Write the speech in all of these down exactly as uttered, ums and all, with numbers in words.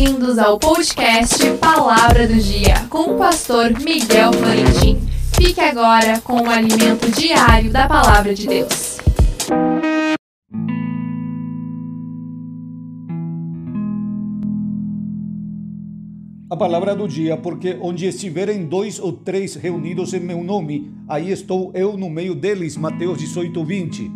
Bem-vindos ao podcast Palavra do Dia, com o pastor Miguel Florentin. Fique agora com o alimento diário da Palavra de Deus. A palavra do dia, porque onde estiverem dois ou três reunidos em meu nome, aí estou eu no meio deles. Mateus dezoito, vinte.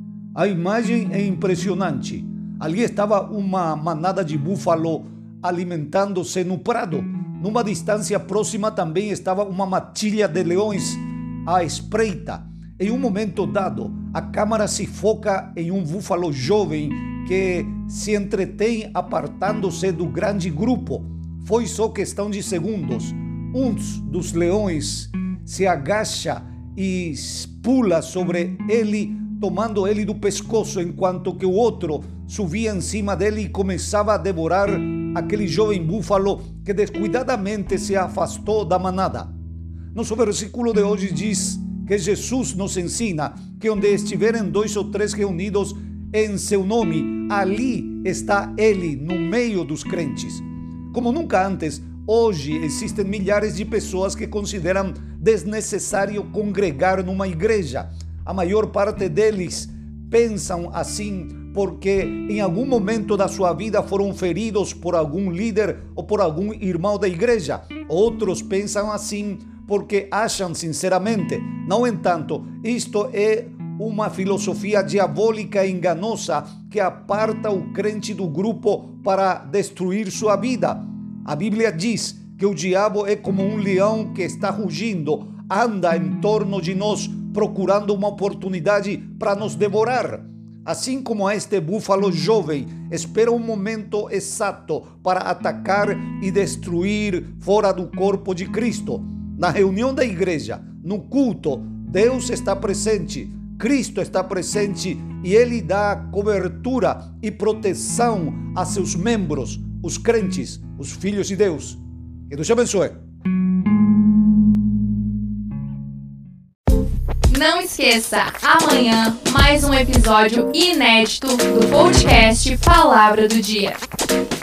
A imagem é impressionante. Ali estava uma manada de búfalo alimentando-se no prado. Numa distância próxima também estava uma matilha de leões à espreita. Em um momento dado, a câmera se foca em um búfalo jovem que se entretém apartando-se do grande grupo. Foi só questão de segundos. Um dos leões se agacha e pula sobre ele, tomando ele do pescoço, enquanto que o outro subia em cima dele e começava a devorar aquele jovem búfalo que descuidadamente se afastou da manada. Nosso versículo de hoje diz que Jesus nos ensina que onde estiverem dois ou três reunidos em seu nome, ali está ele no meio dos crentes. Como nunca antes, hoje existem milhares de pessoas que consideram desnecessário congregar numa igreja. A maior parte deles pensam assim porque em algum momento da sua vida foram feridos por algum líder ou por algum irmão da igreja. Outros pensam assim porque acham sinceramente. No entanto, isto é uma filosofia diabólica e enganosa que aparta o crente do grupo para destruir sua vida. A Bíblia diz que o diabo é como um leão que está rugindo, anda em torno de nós procurando uma oportunidade para nos devorar. Assim como este búfalo jovem espera um momento exato para atacar e destruir fora do corpo de Cristo. Na reunião da igreja, no culto, Deus está presente, Cristo está presente e Ele dá cobertura e proteção a seus membros, os crentes, os filhos de Deus. Que Deus te abençoe. Não esqueça, amanhã mais um episódio inédito do podcast Palavra do Dia.